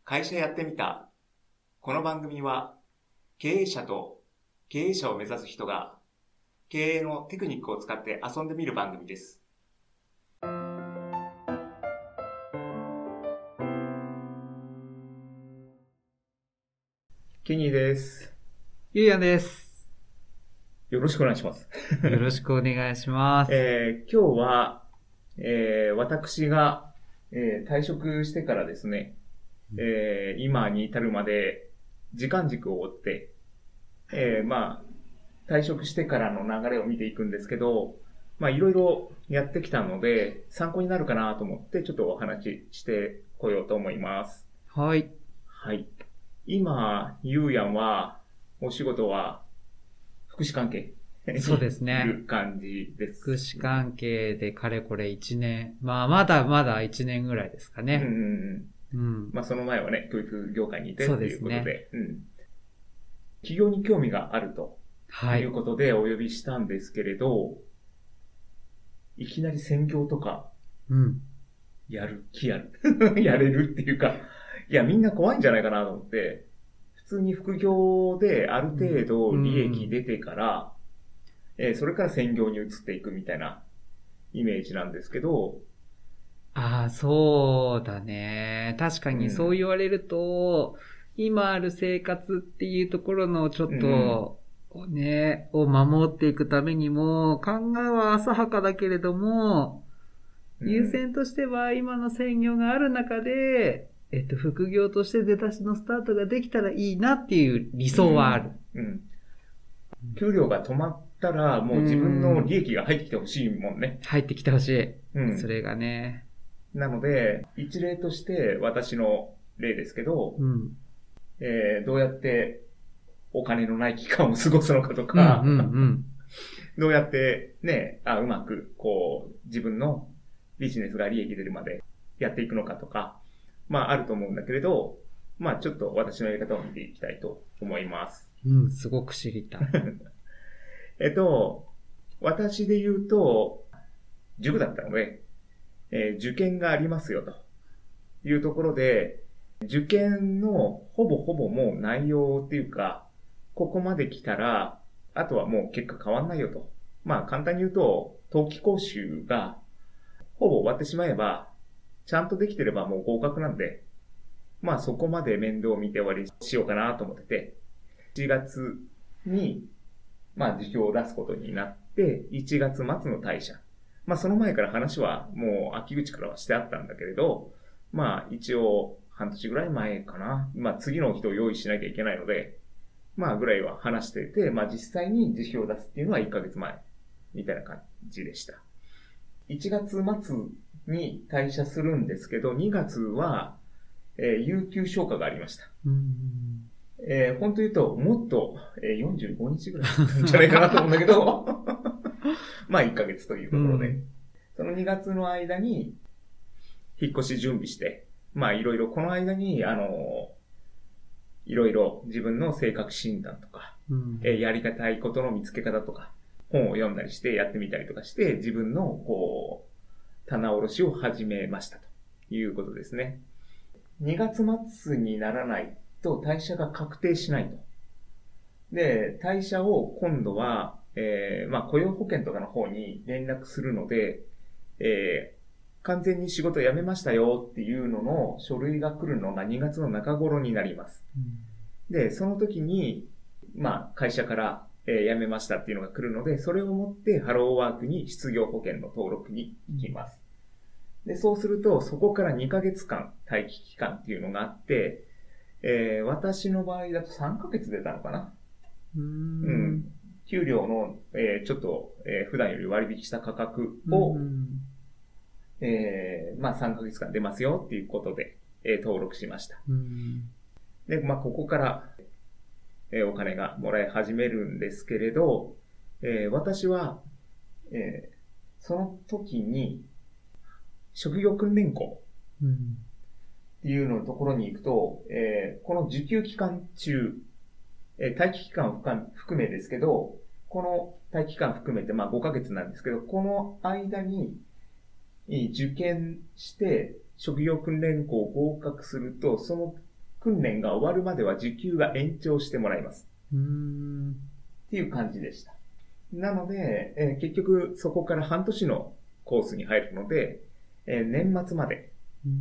会社やってみた。この番組は経営者と経営者を目指す人が経営のテクニックを使って遊んでみる番組です。ケニーです。 ゆうやです。 よろしくお願いします。 よろしくお願いします。 今日は、私が、退職してからですね、今に至るまで時間軸を追って、退職してからの流れを見ていくんですけど、いろいろやってきたので、参考になるかなと思って、ちょっとお話ししてこようと思います。 はい。 はい。今、ゆうやんは、お仕事は、福祉関係そうですね。 いる感じです。 福祉関係でかれこれ1年。まだまだ1年ぐらいですかね。 その前はね、教育業界にいてっていうことで。 そうですね。 企業に興味があるということでお呼びしたんですけれど、いきなり専業とか、やる気ある。やれるっていうか、いや、みんな怖いんじゃないかなと思って、普通に副業である程度利益出てから、それから専業に移っていくみたいなイメージなんですけど。 そうだね。確かにそう言われると、今ある生活っていうところのちょっと、を守っていくためにも、考えは浅はかだけれども、優先としては今の専業がある中で、副業として出だしのスタートができたらいいなっていう理想はある。 給料が止まったら、もう自分の利益が入ってきてほしいもんね。 入ってきてほしい。それがね。 なので、一例として私の例ですけど、どうやってお金のない期間を過ごすのかとか、どうやってね、うまく自分のビジネスが利益出るまでやっていくのかとか、あると思うんだけれど、ちょっと私のやり方を見ていきたいと思います。 すごく知りたい。 私で言うと、塾だったので、受験がありますよというところで、受験のほぼもう内容っていうか、ここまで来たら、あとはもう結果変わんないよと。簡単に言うと、冬季講習がほぼ終わってしまえば、ちゃんとできてればもう合格なんで、そこまで面倒を見て終わりしようかなと思ってて、1月に、辞表を出すことになって、1月末の退社。その前から話はもう秋口からはしてあったんだけれど、一応半年ぐらい前かな。次の人を用意しなきゃいけないので、ぐらいは話していて、実際に辞表を出すっていうのは1ヶ月前みたいな感じでした。1月末に退社するんですけど、2月は、有給消化がありました。本当言うと、もっと、45日ぐらいじゃないかなと思うんだけど、1ヶ月というところで、その2月の間に、引っ越し準備して、いろいろこの間に、いろいろ自分の性格診断とか、やりたいことの見つけ方とか、本を読んだりしてやってみたりとかして、自分の、棚卸しを始めましたということですね。2月末にならないと退社が確定しないと。で、退社を今度は、雇用保険とかの方に連絡するので、完全に仕事辞めましたよっていうのの書類が来るのが2月の中頃になります。で、その時に、会社から、辞めましたっていうのが来るので、それを持ってハローワークに失業保険の登録に行きます。で、そうすると、そこから2ヶ月間待機期間っていうのがあって、私の場合だと3ヶ月出たのかな。給料の、ちょっと、普段より割引した価格を、3ヶ月間出ますよっていうことで、登録しました。で、ここから、お金がもらい始めるんですけれど、私は、その時に、職業訓練校っていうのところに行くと、この受給期間中、待機期間を含めですけど、この待機期間含めて5ヶ月なんですけど、この間に受験して職業訓練校を合格すると、その訓練が終わるまでは時給が延長してもらいます。っていう感じでした。なので、結局そこから半年のコースに入るので、年末まで、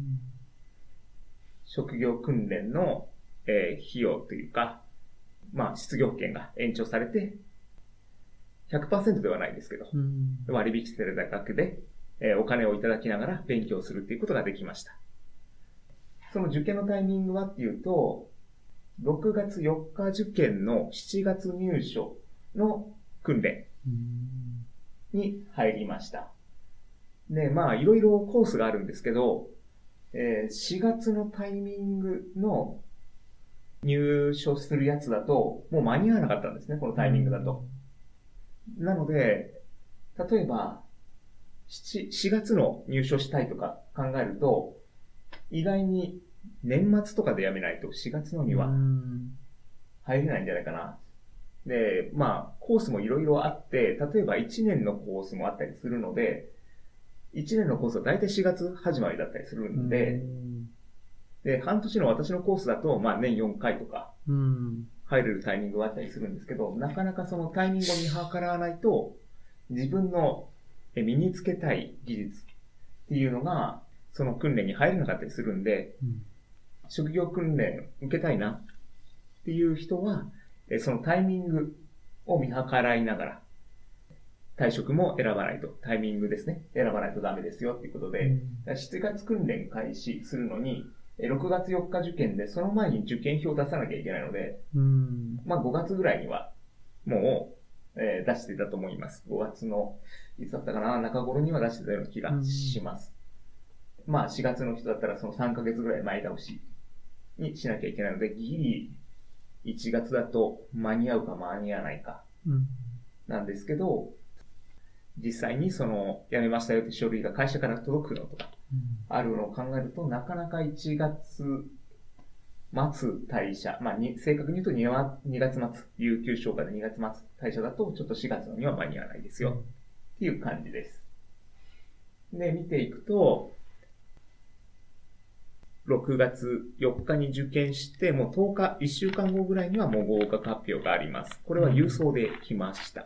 職業訓練の、費用というか、まあ、失業保険が延長されて、100% ではないですけど、割引された額で、お金をいただきながら勉強するっていうことができました。その受験のタイミングはっていうと、6月4日受験の7月入所の訓練に入りました。で、まあ、いろいろコースがあるんですけど、4月のタイミングの入所するやつだと、もう間に合わなかったんですね、このタイミングだと。なので、例えば、4月の入所したいとか考えると、意外に年末とかでやめないと4月のには入れないんじゃないかな。で、まあ、コースもいろいろあって、例えば1年のコースもあったりするので、1年のコースは大体4月始まりだったりするんで、で、半年の私のコースだと、まあ年4回とか、入れるタイミングがあったりするんですけど、なかなかそのタイミングを見計らわないと、自分の身につけたい技術っていうのが、その訓練に入れなかったりするんで、職業訓練受けたいなっていう人は、そのタイミングを見計らいながら、退職も選ばないと、タイミングですね。選ばないとダメですよっていうことで、7月訓練開始するのに、6月4日受験で、その前に受験票を出さなきゃいけないので、まあ5月ぐらいには、もう、出していたと思います。5月の、いつだったかな、中頃には出してたような気がします。まあ4月の人だったらその3ヶ月ぐらい前倒しにしなきゃいけないので、ギリ1月だと間に合うか間に合わないか、なんですけど、実際にその辞めましたよって書類が会社から届くのとかあるのを考えると、なかなか1月末退社、まあ正確に言うと2月末、有給消化で2月末退社だとちょっと4月のには間に合わないですよっていう感じです。で、見ていくと、6月4日に受験して、もう10日、1週間後ぐらいにはもう合格発表があります。これは郵送で来ました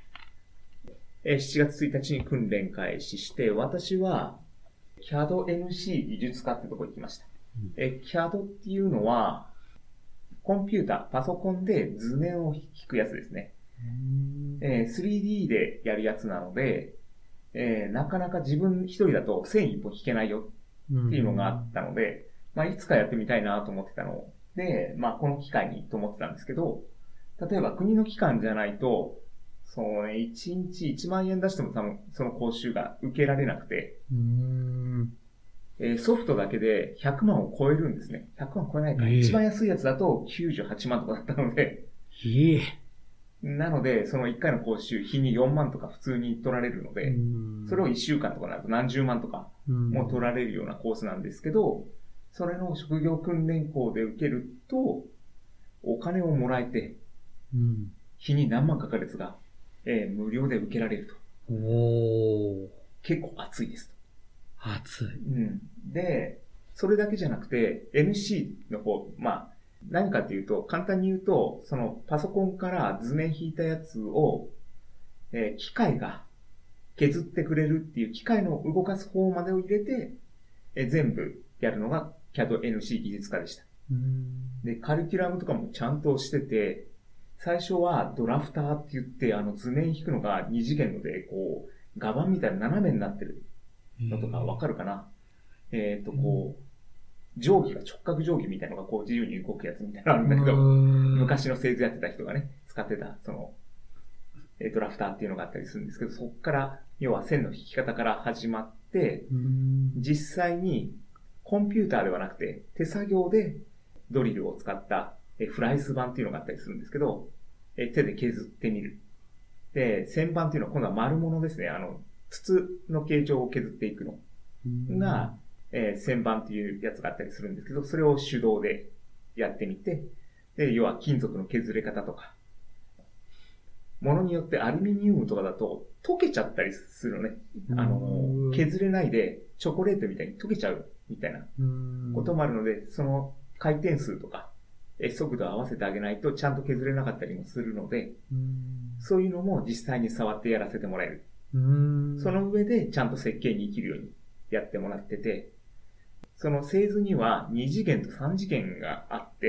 。7月1日に訓練開始して、私は CAD-NC 技術科ってとこ行きました。CAD っていうのは、コンピューター、パソコンで図面を引くやつですね。3D でやるやつなので、なかなか自分一人だと線一本引けないよっていうのがあったので、まあいつかやってみたいなと思ってたので、まあこの機会にと思ってたんですけど、例えば国の機関じゃないと、そうね、1日1万円出しても多分その講習が受けられなくて、ソフトだけで100万を超えるんですね。100万超えないか。一番安いやつだと98万とかだったので、なので、その1回の講習、日に4万とか普通に取られるので、それを1週間とかなると何十万とかも取られるようなコースなんですけど、それの職業訓練校で受けると、お金をもらえて、日に何万かかるやつが、無料で受けられると。結構熱いですと。 熱い。 で、それだけじゃなくて、NC の方、まあ、何かっていうと、簡単に言うと、そのパソコンから図面引いたやつを、機械が削ってくれるっていう機械の動かす方までを入れて、全部やるのが CAD-NC 技術科でした。で、カリキュラムとかもちゃんとしてて、最初はドラフターって言って、図面引くのが2次元ので、こう、画板みたいな斜めになってるのとかわかるかな？こう、定規が直角定規みたいなのがこう自由に動くやつみたいなのあるんだけど、昔の製図やってた人がね、使ってた、その、ドラフターっていうのがあったりするんですけど、そこから、要は線の引き方から始まって、実際にコンピューターではなくて、手作業でドリルを使ったフライス板っていうのがあったりするんですけど、手で削ってみる。で、線板っていうのは今度は丸物ですね。筒の形状を削っていくのが、線板っていうやつがあったりするんですけど、それを手動でやってみて、で、要は金属の削れ方とか、ものによってアルミニウムとかだと溶けちゃったりするのね。削れないでチョコレートみたいに溶けちゃうみたいなこともあるので、その回転数とか、速度を合わせてあげないとちゃんと削れなかったりもするので、そういうのも実際に触ってやらせてもらえる。その上でちゃんと設計に生きるようにやってもらってて、その製図には2次元と3次元があって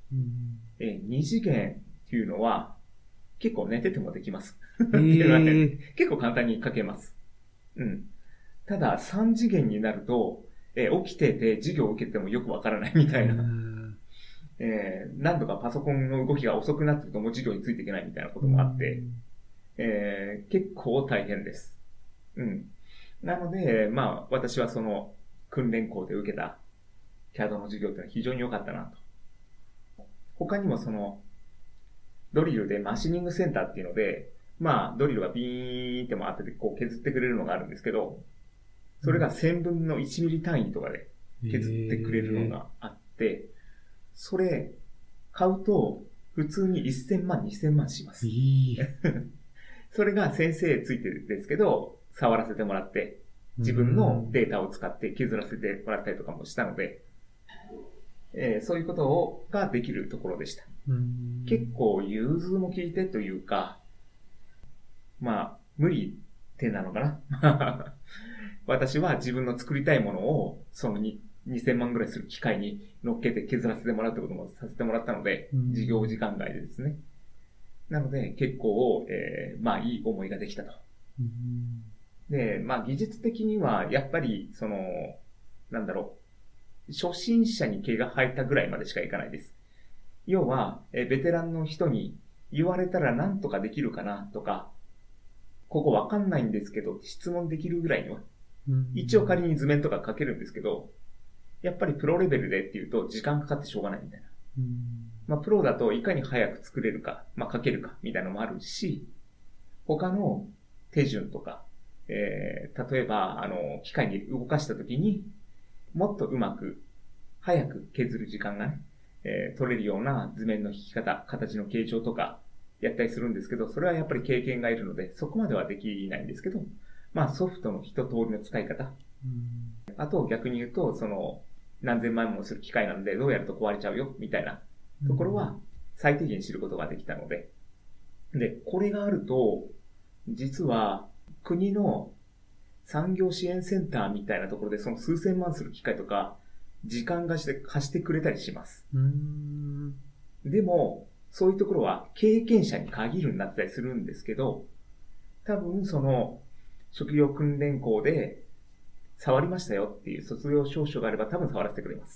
、2次元っていうのは結構寝ててもできます。結構簡単に書けます。ただ3次元になると、起きてて授業を受けてもよくわからないみたいな。何度かパソコンの動きが遅くなってるともう授業についていけないみたいなこともあって、結構大変です。なので、まあ私はその訓練校で受けた CAD の授業ってのは非常に良かったなと。他にもそのドリルでマシニングセンターっていうので、まあドリルがビーンって回っててこう削ってくれるのがあるんですけど、それが1000分の1ミリ単位とかで削ってくれるのがあって、それ買うと普通に1000万、2000万します。それが先生ついてるんですけど、触らせてもらって、自分のデータを使って削らせてもらったりとかもしたので、そういうことができるところでした。結構融通も効いてというか、まあ、無理ってなのかな。私は自分の作りたいものを、その2000万ぐらいする機械に乗っけて削らせてもらうってこともさせてもらったので、授業時間外でですね。なので、結構、まあ、いい思いができたと。で、まあ、技術的には、やっぱり、その、なんだろう、初心者に毛が生えたぐらいまでしかいかないです。要は、ベテランの人に言われたら何とかできるかなとか、ここわかんないんですけど、質問できるぐらいには。一応仮に図面とか書けるんですけど、やっぱりプロレベルでっていうと時間かかってしょうがないみたいな。まあ、プロだといかに早く作れるか、まあ、書けるかみたいなのもあるし、他の手順とか、例えば、機械に動かしたときにもっとうまく、早く削る時間がね、取れるような図面の引き方、形の形状とかやったりするんですけど、それはやっぱり経験がいるので、そこまではできないんですけど、まあソフトの一通りの使い方。あと逆に言うと、その何千万もする機械なんでどうやると壊れちゃうよ、みたいなところは最低限知ることができたので。で、これがあると、実は国の産業支援センターみたいなところでその数千万する機械とか、時間貸してくれたりします。でも、そういうところは経験者に限るになったりするんですけど、多分その職業訓練校で触りましたよっていう卒業証書があれば多分触らせてくれます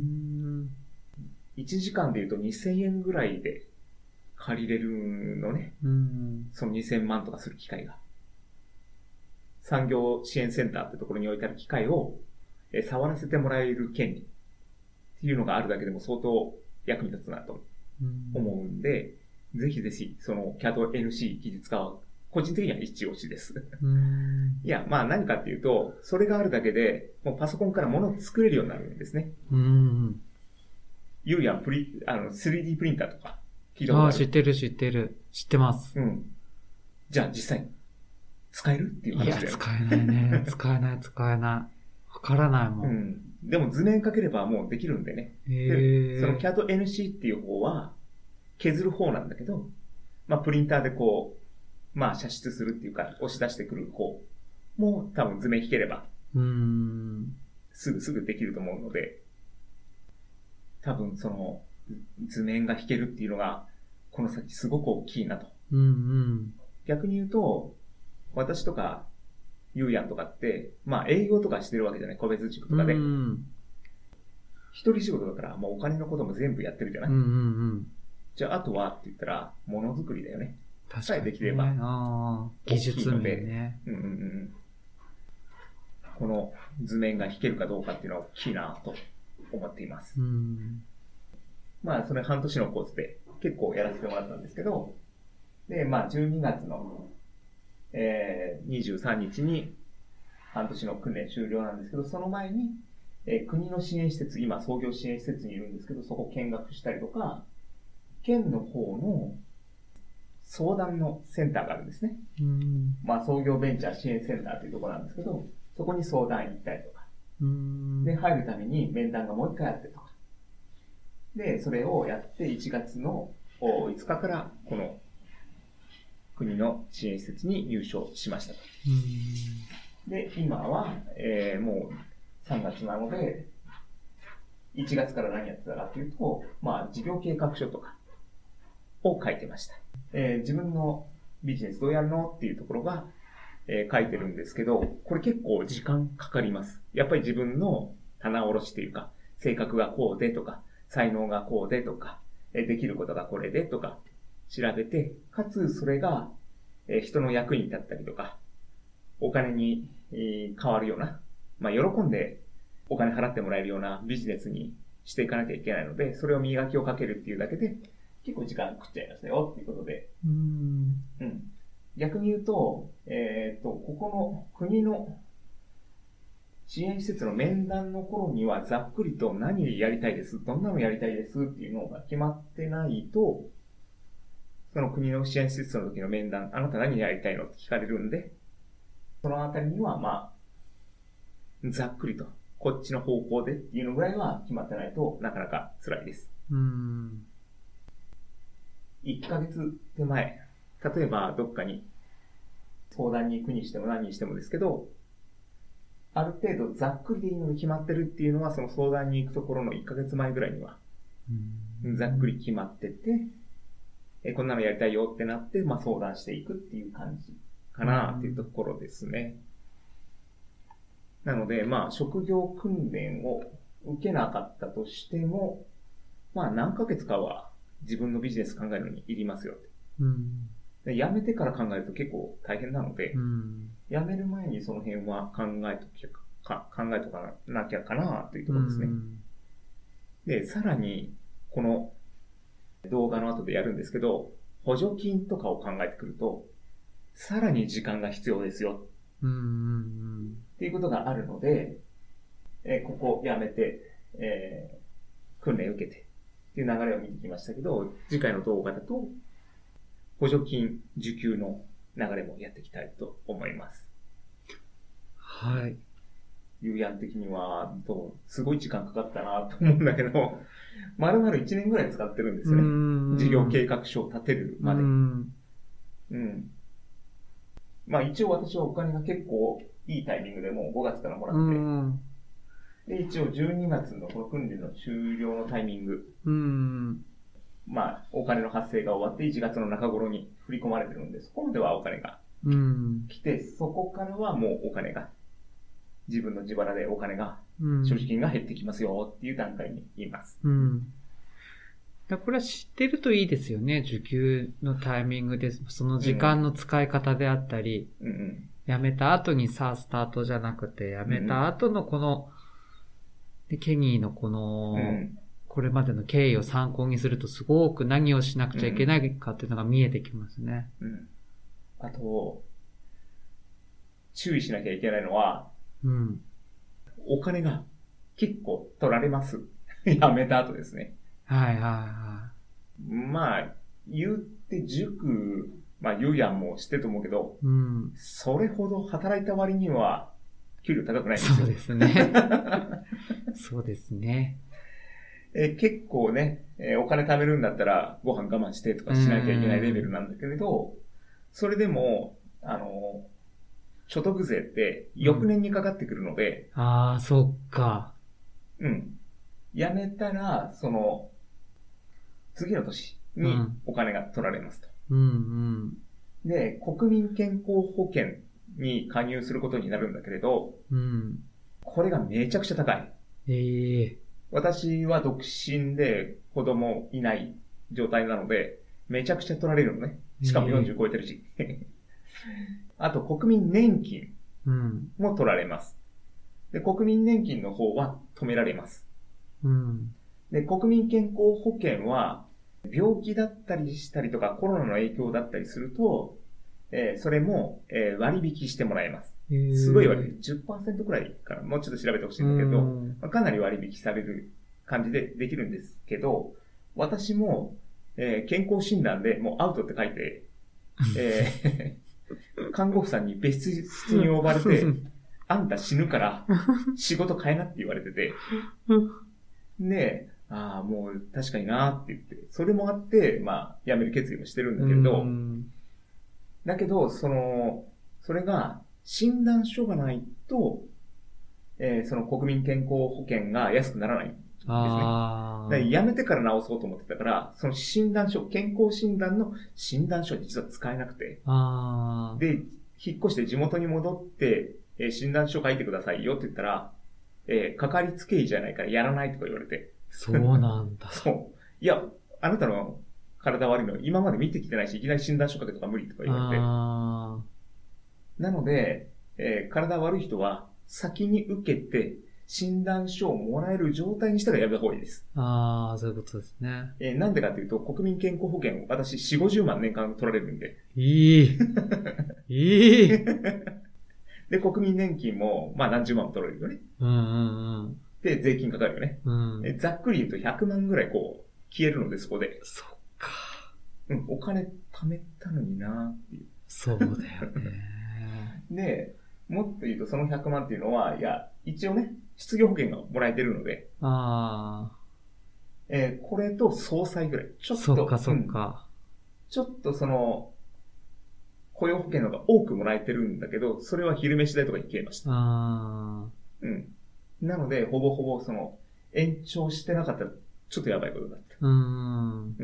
。1時間で言うと2000円ぐらいで借りれるのね。その2000万とかする機械が。産業支援センターってところに置いてある機械を触らせてもらえる権利っていうのがあるだけでも相当役に立つなと思うんで、ぜひぜひその CAD-NC 技術科は個人的には一押しです。いや、まあ何かっていうと、それがあるだけでもうパソコンから物を作れるようになるんですね。ゆうやん3D プリンターとか聞いたことある？ 知ってる。知ってます。 じゃあ実際に使えるっていう話だよね。 いや、使えないね。使えない。わからないもん。 でも図面かければもうできるんでね。でその CAD-NC っていう方は削る方なんだけど、まあプリンターでこう、まあ射出するっていうか押し出してくる方も多分図面引ければ、すぐできると思うので、多分その図面が引けるっていうのがこの先すごく大きいなと。逆に言うと、私とかゆうやんとかって、まあ営業とかしてるわけじゃない、個別塾とかで。一人仕事だからもうお金のことも全部やってるじゃない。じゃああとはって言ったらものづくりだよね。 確かに、ね。 できれば技術面ね。 この図面が引けるかどうかっていうのは大きいなと思っています。まあそれ半年のコースで結構やらせてもらったんですけど、でまあ12月の23日に半年の訓練終了なんですけど、その前に、国の支援施設、今創業支援施設にいるんですけど、そこを見学したりとか、県の方の相談のセンターがあるんですね。まあ創業ベンチャー支援センターというところなんですけど、そこに相談行ったりとか、で入るために面談がもう一回あってとか、 で、それをやって1月の5日からこの国の支援施設に入所しましたと。で、今は、もう3月なので、1月から何やってたかというと、事業計画書とかを書いてました。自分のビジネスどうやるのっていうところが、書いてるんですけど、これ結構時間かかります。やっぱり自分の棚卸しというか、性格がこうでとか、才能がこうでとか、できることがこれでとか調べて、かつそれが人の役に立ったりとか、お金に変わるような、喜んでお金払ってもらえるようなビジネスにしていかなきゃいけないので、それを磨きをかけるっていうだけで結構時間食っちゃいますよっていうことで。逆に言うと、ここの国の支援施設の面談の頃にはざっくりと何やりたいです、どんなのやりたいですっていうのが決まってないと、その国の支援施設の時の面談、あなた何やりたいのって聞かれるんで、そのあたりにはざっくりとこっちの方向でっていうのぐらいは決まってないとなかなか辛いです。1ヶ月手前、例えばどっかに相談に行くにしても何にしてもですけど、ある程度ざっくりでいいのに決まってるっていうのは、その相談に行くところの1ヶ月前ぐらいにはざっくり決まってて、こんなのやりたいよってなって、相談していくっていう感じかなっていうところですね。なので、職業訓練を受けなかったとしても、何ヶ月かは自分のビジネス考えるのにいりますよって。で辞めてから考えると結構大変なので、辞める前にその辺は考えとかなきゃかなというところですね。で、さらに、この動画の後でやるんですけど、補助金とかを考えてくると、さらに時間が必要ですよ。っていうことがあるので、ここやめて、訓練受けてっていう流れを見てきましたけど、次回の動画だと補助金受給の流れもやっていきたいと思います。 はい。 ゆうやん的にはすごい時間かかったなと思うんだけど、丸々1年ぐらい使ってるんですよね。事業計画書を立てるまで。一応私はお金が結構いいタイミングでもう5月からもらって、で、一応12月のこの訓練の終了のタイミング、お金の発生が終わって1月の中頃に振り込まれてるんで、そこまではお金が来て、そこからはもうお金が、自分の自腹でお金が、所持金が減ってきますよっていう段階にいます。 これは知ってるといいですよね。受給のタイミングで、その時間の使い方であったり、辞めた後にスタートじゃなくて、辞めた後のこの、ケニーのこの、これまでの経緯を参考にするとすごく何をしなくちゃいけないかっていうのが見えてきますね。 あと、注意しなきゃいけないのは、お金が結構取られます。辞めた後ですね。言って塾、ゆうやんも知ってると思うけど、それほど働いた割には給料高くないんですよ。 そうですね。そうですね。 結構ね、お金貯めるんだったらご飯我慢してとかしなきゃいけないレベルなんだけれど、それでも、所得税って翌年にかかってくるので、 そっか。 辞めたら、次の年にお金が取られますと。で、国民健康保険に加入することになるんだけれど、これがめちゃくちゃ高い。私は独身で子供いない状態なので、めちゃくちゃ取られるのね。しかも40超えてるし。あと、国民年金も取られます。で、国民年金の方は止められます。で、国民健康保険は、病気だったりしたりとか、コロナの影響だったりすると、それも、割引してもらえます。すごい割引。10% くらいから、もうちょっと調べてほしいんだけど、かなり割引される感じでできるんですけど、私も、健康診断でもうアウトって書いて、看護婦さんに別室に呼ばれて、あんた死ぬから仕事変えなって言われてて、で、 ああ、もう確かになって言って、それもあって、辞める決意もしてるんだけれど、だけど、それが診断書がないと、その国民健康保険が安くならないんですね。辞めてから直そうと思ってたから、その診断書、健康診断の診断書に実は使えなくて、で、引っ越して地元に戻って、診断書書いてくださいよって言ったら、かかりつけ医じゃないからやらないとか言われて。 そうなんだ。 そう。いや、あなたの体悪いの今まで見てきてないし、いきなり診断書書けとか無理とか言われて。なので、体悪い人は先に受けて、診断書をもらえる状態にしたらやめた方がいいです。 そういうことですね。 なんでかっていうと、国民健康保険を私4、50万年間取られるんで。で、国民年金も、何十万も取られるよね。で、税金かかるよね。ざっくり言うと100万ぐらい消えるので、そこで。 そっか。 お金貯めたのになーっていう。 そうだよね。 で、もっと言うとその100万っていうのは、一応ね、失業保険がもらえてるので。これと総裁ぐらい。ちょっと。 そっかそっか。 ちょっと雇用保険の方が多くもらえてるんだけど、それは昼飯代とかに消えました。なので、ほぼほぼ延長してなかったら、ちょっとやばいことだった。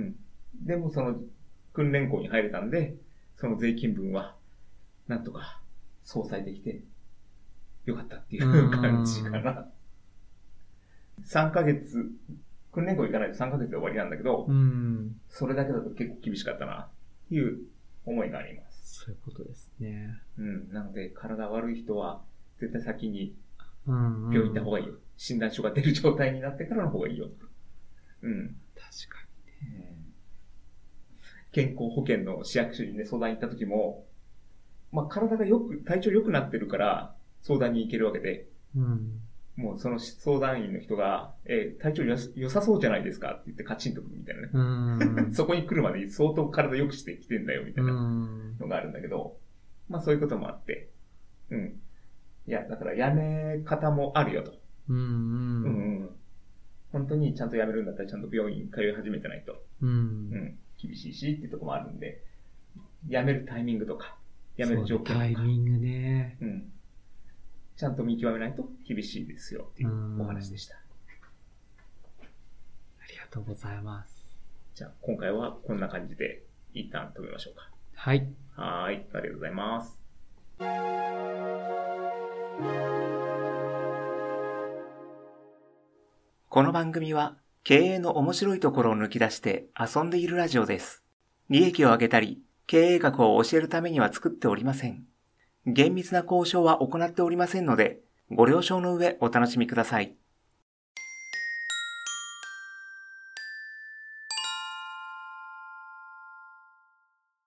でも訓練校に入れたんで、その税金分は、なんとか、相殺できて、よかったっていう感じかな。3ヶ月、訓練校行かないと3ヶ月で終わりなんだけど、それだけだと結構厳しかったな、っていう思いがあります。 そういうことですね。 なので、体悪い人は、絶対先に、病院行った方がいいよ。診断書が出る状態になってからの方がいいよ。確かにね。 健康保険の市役所にね、相談行った時も、体が体調良くなってるから相談に行けるわけで、もうその相談員の人が、体調良さそうじゃないですかって言ってカチンとくるみたいなね。そこに来るまで相当体良くしてきてんだよみたいなのがあるんだけど、そういうこともあって、いや、だからやめ方もあるよと。本当にちゃんとやめるんだったらちゃんと病院通い始めてないと。厳しいしっていうところもあるんで、やめるタイミングとか、やめる状況とか。 タイミングね。 ちゃんと見極めないと厳しいですよっていうお話でした。ありがとうございます。 じゃあ今回はこんな感じで一旦止めましょうか。 はい。 ありがとうございます。この番組は経営の面白いところを抜き出して遊んでいるラジオです。利益を上げたり、経営学を教えるためには作っておりません。厳密な交渉は行っておりませんので、ご了承の上お楽しみください。